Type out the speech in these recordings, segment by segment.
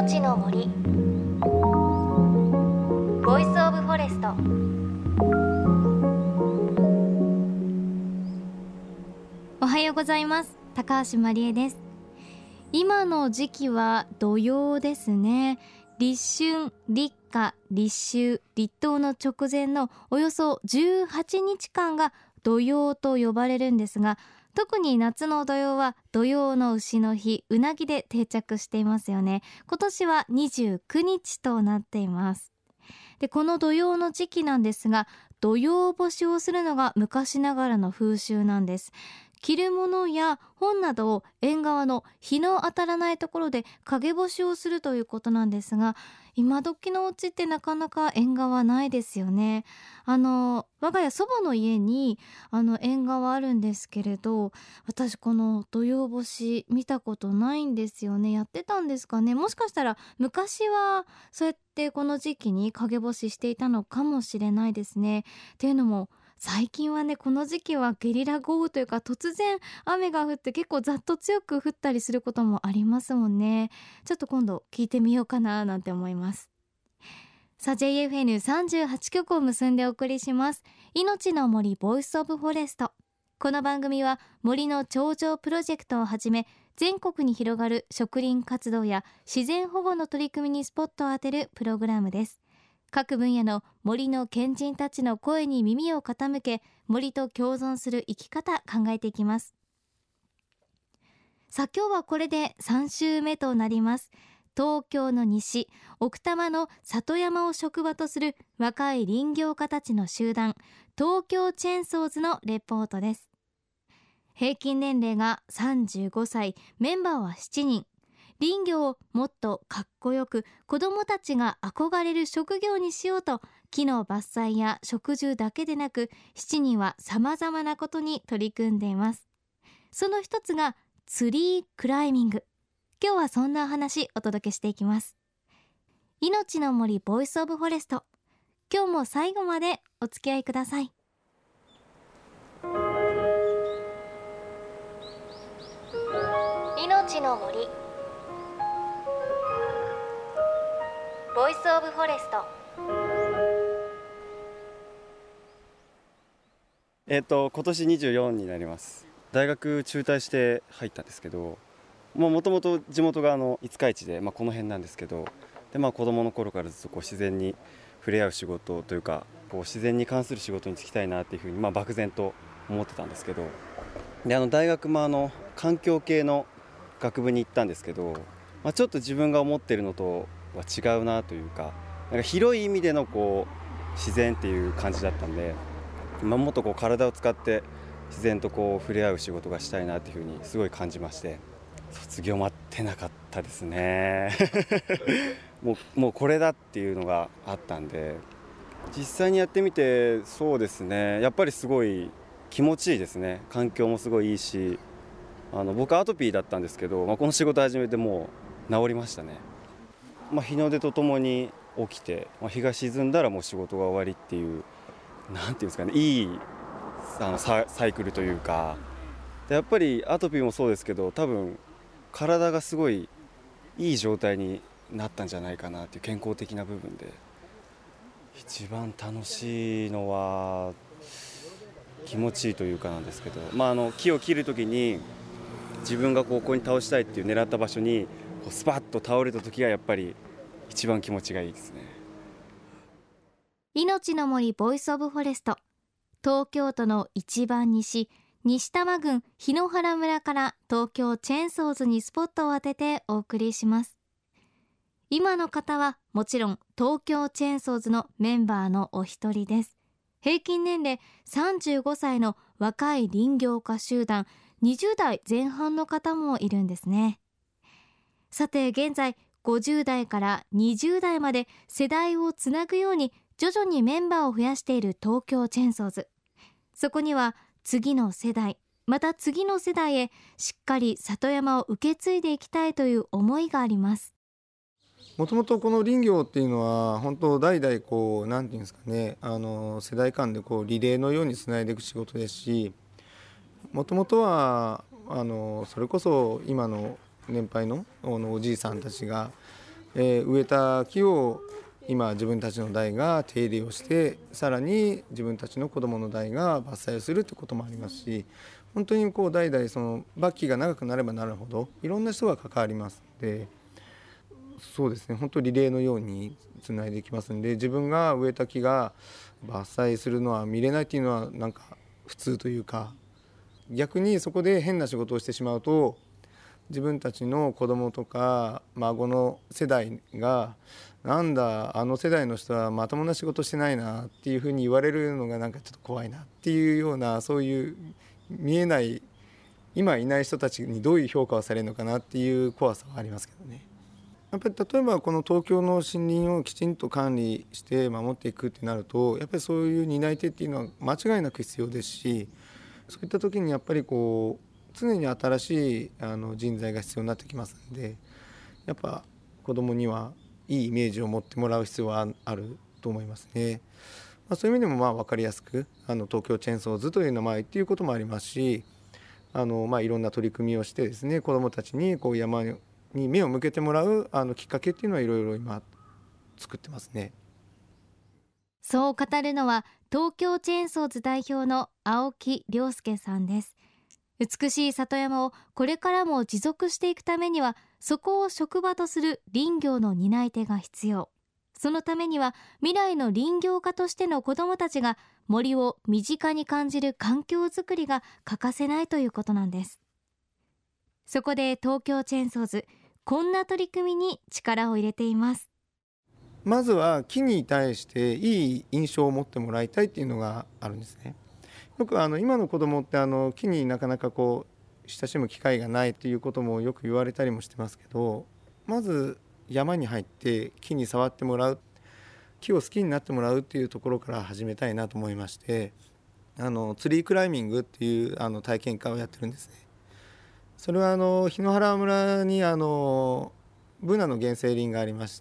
命の森ボイスオブフォレスト。おはようございます。高橋真理恵です。今の時期は土用ですね。立春、立夏、立秋、立冬の直前のおよそ18日間が土用と呼ばれるんですが、特に夏の土用は土用の丑の日、うなぎで定着していますよね。今年は29日となっています。で、この土用の時期なんですが、土用干しをするのが昔ながらの風習なんです。着るものや本などを縁側の日の当たらないところで陰干しをするということなんですが、今時のお家ってなかなか縁側ないですよね。我が家祖母の家に縁側あるんですけれど、私この土用干し見たことないんですよね。やってたんですかね。もしかしたら昔はそうやってこの時期に陰干ししていたのかもしれないですね。っていうのも最近はね、この時期はゲリラ豪雨というか、突然雨が降って結構ざっと強く降ったりすることもありますもんね。ちょっと今度聞いてみようかななんて思います。さあ JFN38 局を結んでお送りします。命の森ボイスオブフォレスト。この番組は森の頂上プロジェクトをはじめ、全国に広がる植林活動や自然保護の取り組みにスポットを当てるプログラムです。各分野の森の賢人たちの声に耳を傾け、森と共存する生き方考えていきます。さあ今日はこれで3週目となります。東京の西奥多摩の里山を職場とする若い林業家たちの集団、東京チェンソーズのレポートです。平均年齢が35歳、メンバーは7人。林業をもっとかっこよく子どもたちが憧れる職業にしようと、木の伐採や植樹だけでなく、7人はさまざまなことに取り組んでいます。その一つがツリークライミング。今日はそんな話お届けしていきます。命の森ボイスオブフォレスト。今日も最後までお付き合いください。命の森ボイスオブフォレスト。 今年24になります。大学中退して入ったんですけど、もともと地元が五日市で、この辺なんですけど、で、子供の頃からずっとこう自然に触れ合う仕事というか、こう自然に関する仕事に就きたいなっていうふうに、漠然と思ってたんですけど、で大学も環境系の学部に行ったんですけど、ちょっと自分が思ってるのとは違うなというか、なんか広い意味でのこう自然っていう感じだったんで、もっとこう体を使って自然とこう触れ合う仕事がしたいなっていうふうにすごい感じまして、卒業待ってなかったですねもうこれだっていうのがあったんで、実際にやってみて、そうですね、やっぱりすごい気持ちいいですね。環境もすごいいいし、僕アトピーだったんですけど、この仕事始めてもう治りましたね。日の出とともに起きて、日が沈んだらもう仕事が終わりっていう、なんていうんですかね、いいサイクルというか。でやっぱりアトピーもそうですけど、多分体がすごいいい状態になったんじゃないかなっていう健康的な部分で、一番楽しいのは気持ちいいというかなんですけど、木を切るときに自分がここに倒したいっていう狙った場所にこうスパッと倒れた時がやっぱり一番気持ちがいいですね。 命の森ボイスオブフォレスト。東京都の一番西、西多摩郡檜原村から東京チェーンソーズにスポットを当ててお送りします。今の方はもちろん東京チェーンソーズのメンバーのお一人です。平均年齢35歳の若い林業家集団、20代前半の方もいるんですね。さて現在50代から20代まで世代をつなぐように徐々にメンバーを増やしている東京チェーンソーズ。そこには次の世代、また次の世代へしっかり里山を受け継いでいきたいという思いがあります。 もともとこの林業っていうのは本当代々こうなんていうんですかね、世代間でこうリレーのようにつないでいく仕事ですし、もともとはそれこそ今の年配のおじいさんたちが植えた木を今自分たちの代が手入れをして、さらに自分たちの子どもの代が伐採をするということもありますし、本当にこう代々その伐期が長くなればなるほどいろんな人が関わりますので、そうですね、本当リレーのようにつないでいきますので、自分が植えた木が伐採するのは見れないっていうのはなんか普通というか、逆にそこで変な仕事をしてしまうと自分たちの子供とか孫の世代がなんだあの世代の人はまともな仕事してないなっていうふうに言われるのがなんかちょっと怖いなっていうような、そういう見えない今いない人たちにどういう評価をされるのかなっていう怖さはありますけどね。やっぱり例えばこの東京の森林をきちんと管理して守っていくってなると、やっぱりそういう担い手っていうのは間違いなく必要ですし、そういった時にやっぱりこう常に新しい人材が必要になってきますので、やっぱ子どもにはいいイメージを持ってもらう必要はあると思いますね。そういう意味でも分かりやすく東京チェーンソーズという名前っていうこともありますし、いろんな取り組みをしてですね、子どもたちにこう山に目を向けてもらうきっかけっていうのはいろいろ今作ってますね。 そう語るのは東京チェーンソーズ代表の青木亮介さんです。美しい里山をこれからも持続していくためには、そこを職場とする林業の担い手が必要。そのためには未来の林業家としての子どもたちが森を身近に感じる環境づくりが欠かせないということなんです。そこで東京チェーンソーズ、こんな取り組みに力を入れています。 まずは木に対していい印象を持ってもらいたいっていうのがあるんですね。よく今の子どもって木になかなかこう親しむ機会がないっていうこともよく言われたりもしてますけど、まず山に入って木に触ってもらう、木を好きになってもらうっていうところから始めたいなと思いまして、ツリークライミングっていう体験会をやってるんですね。それは檜原村にブナの原生林がありまして、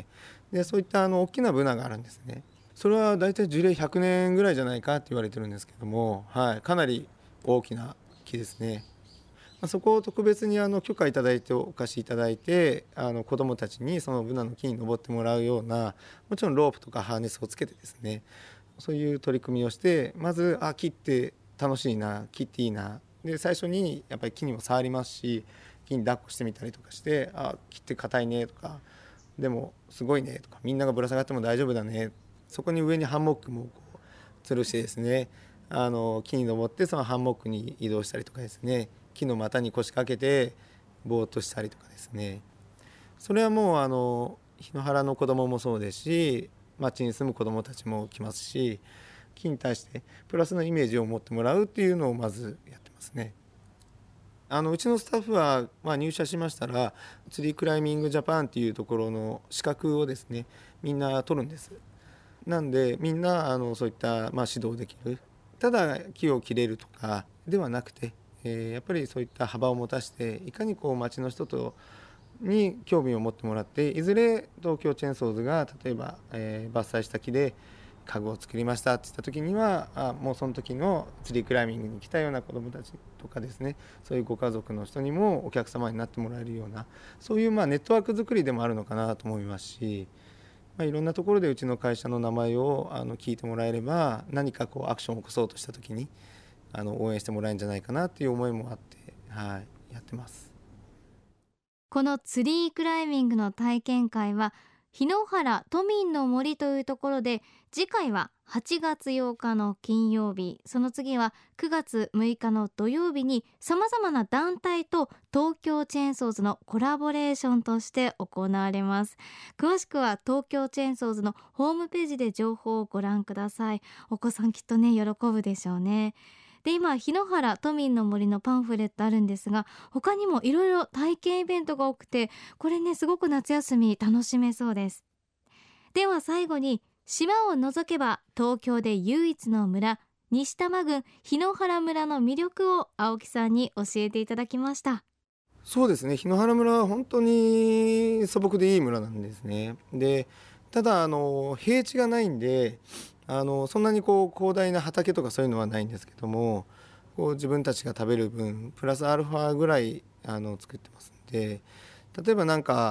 でそういった大きなブナがあるんですね。それはだいたい樹齢100年ぐらいじゃないかって言われてるんですけども、かなり大きな木ですね。そこを特別に許可いただいてお貸しいただいて、子どもたちにそのブナの木に登ってもらうような、もちろんロープとかハーネスをつけてですね、そういう取り組みをして、まず木って楽しいな、木っていいな、で最初にやっぱり木にも触りますし、木に抱っこしてみたりとかして、木って硬いねとか、でもすごいねとか、みんながぶら下がっても大丈夫だね、そこに上にハンモックもこう吊るしてですね、木に登ってそのハンモックに移動したりとかですね、木の股に腰掛けてぼーっとしたりとかですね、それはもう檜原の子どももそうですし、町に住む子どもたちも来ますし、木に対してプラスのイメージを持ってもらうっていうのをまずやってますね。うちのスタッフは、入社しましたらツリークライミングジャパンっていうところの資格をですね、みんな取るんです。なんでみんなそういった、指導できる、ただ木を切れるとかではなくて、やっぱりそういった幅を持たせて、いかにこう町の人に興味を持ってもらって、いずれ東京チェーンソーズが例えば、伐採した木で家具を作りましたって言った時には、もうその時のツリークライミングに来たような子どもたちとかですね、そういうご家族の人にもお客様になってもらえるような、そういうネットワーク作りでもあるのかなと思いますし、いろんなところでうちの会社の名前を聞いてもらえれば、何かこうアクションを起こそうとした時に応援してもらえるんじゃないかなっていう思いもあって、やってます。 このツリークライミングの体験会は檜原都民の森というところで、次回は8月8日の金曜日、その次は9月6日の土曜日にさまざまな団体と東京チェーンソーズのコラボレーションとして行われます。詳しくは東京チェーンソーズのホームページで情報をご覧ください。お子さんきっとね、喜ぶでしょうね。で、今檜原都民の森のパンフレットあるんですが、他にもいろいろ体験イベントが多くて、これね、すごく夏休み楽しめそうです。では最後に、島を除けば東京で唯一の村、西多摩郡檜原村の魅力を青木さんに教えていただきました。 そうですね、檜原村は本当に素朴でいい村なんですね。でただ平地がないんで、そんなにこう広大な畑とかそういうのはないんですけども、こう自分たちが食べる分プラスアルファぐらい作ってますんで、例えばなんか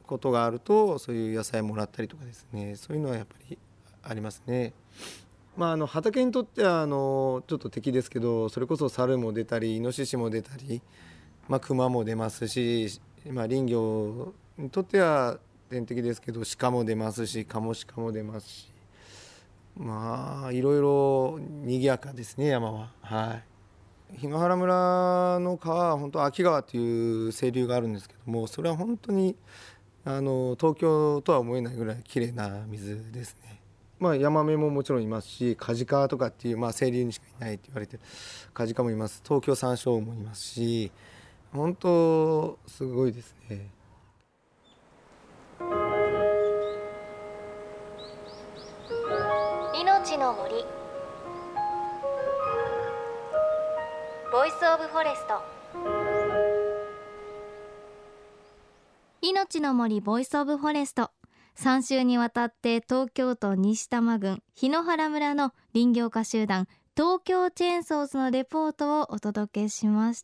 ことがあるとそういう野菜もらったりとかですね、そういうのはやっぱりありますね。畑にとってはちょっと敵ですけど、それこそ猿も出たりイノシシも出たり、熊も出ますし、林業にとっては天敵ですけど鹿も出ますし、カモシカも出ますし、いろいろ賑やかですね、山は。檜原村の川は本当秋川という清流があるんですけども、それは本当に東京とは思えないぐらい綺麗な水ですね。ヤマメももちろんいますし、カジカとかっていう、清流にしかいないって言われてるカジカもいます。東京サンショウウオもいますし、本当すごいですね。 命の森、ボイスオブフォレスト。命の森ボイスオブフォレスト、3週にわたって東京都西多摩郡檜原村の林業家集団東京チェーンソーズのレポートをお届けしました。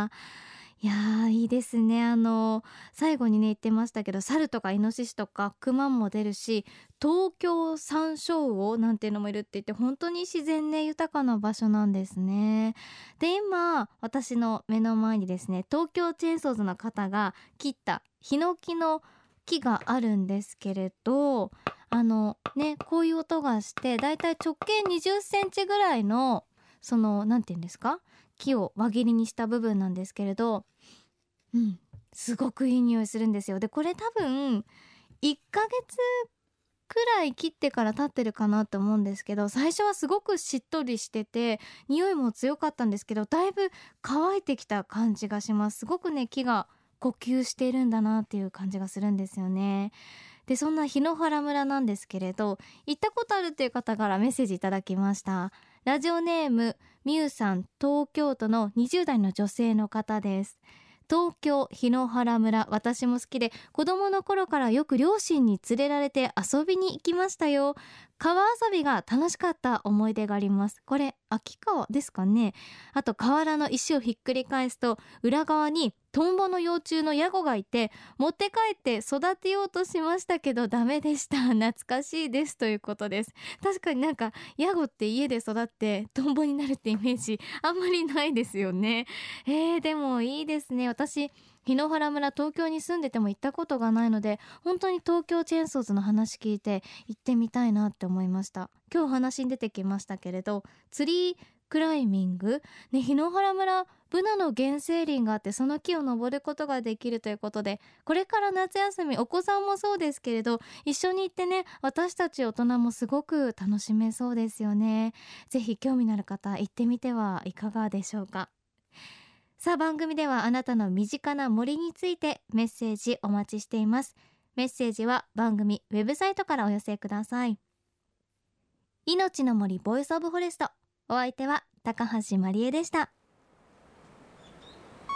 いやー、いいですね。最後にね言ってましたけど、猿とかイノシシとかクマも出るし、東京サンショウウオなんていうのもいるって言って、本当に自然ね豊かな場所なんですね。で、今私の目の前にですね、東京チェーンソーズの方が切ったヒノキの木があるんですけれど、こういう音がして、だいたい直径20センチぐらいのなんていうんですか、木を輪切りにした部分なんですけれど、すごくいい匂いするんですよ。で、これ多分1ヶ月くらい切ってから経ってるかなと思うんですけど、最初はすごくしっとりしてて匂いも強かったんですけど、だいぶ乾いてきた感じがします。すごくね、木が呼吸しているんだなっていう感じがするんですよね。で、そんな檜原村なんですけれど、行ったことあるっていう方からメッセージいただきました。ラジオネームみゆさん、東京都の20代の女性の方です。東京檜原村、私も好きで子供の頃からよく両親に連れられて遊びに行きましたよ。川遊びが楽しかった思い出があります。これ秋川ですかね。あと、河原の石をひっくり返すと裏側にトンボの幼虫のヤゴがいて、持って帰って育てようとしましたけどダメでした。懐かしいです、ということです。確かにヤゴって家で育ってトンボになるってイメージあんまりないですよね。でもいいですね。私檜原村、東京に住んでても行ったことがないので、本当に東京チェーンソーズの話聞いて行ってみたいなって思いました。今日話に出てきましたけれど、ツリークライミングね、檜原村ブナの原生林があって、その木を登ることができるということで、これから夏休み、お子さんもそうですけれど一緒に行ってね、私たち大人もすごく楽しめそうですよね。ぜひ興味のある方行ってみてはいかがでしょうか。さあ、番組ではあなたの身近な森についてメッセージお待ちしています。メッセージは番組ウェブサイトからお寄せください。命の森ボイスオブフォレスト、お相手は高橋まりえでした。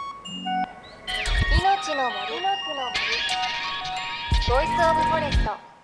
命の森ボイスオブフォレスト。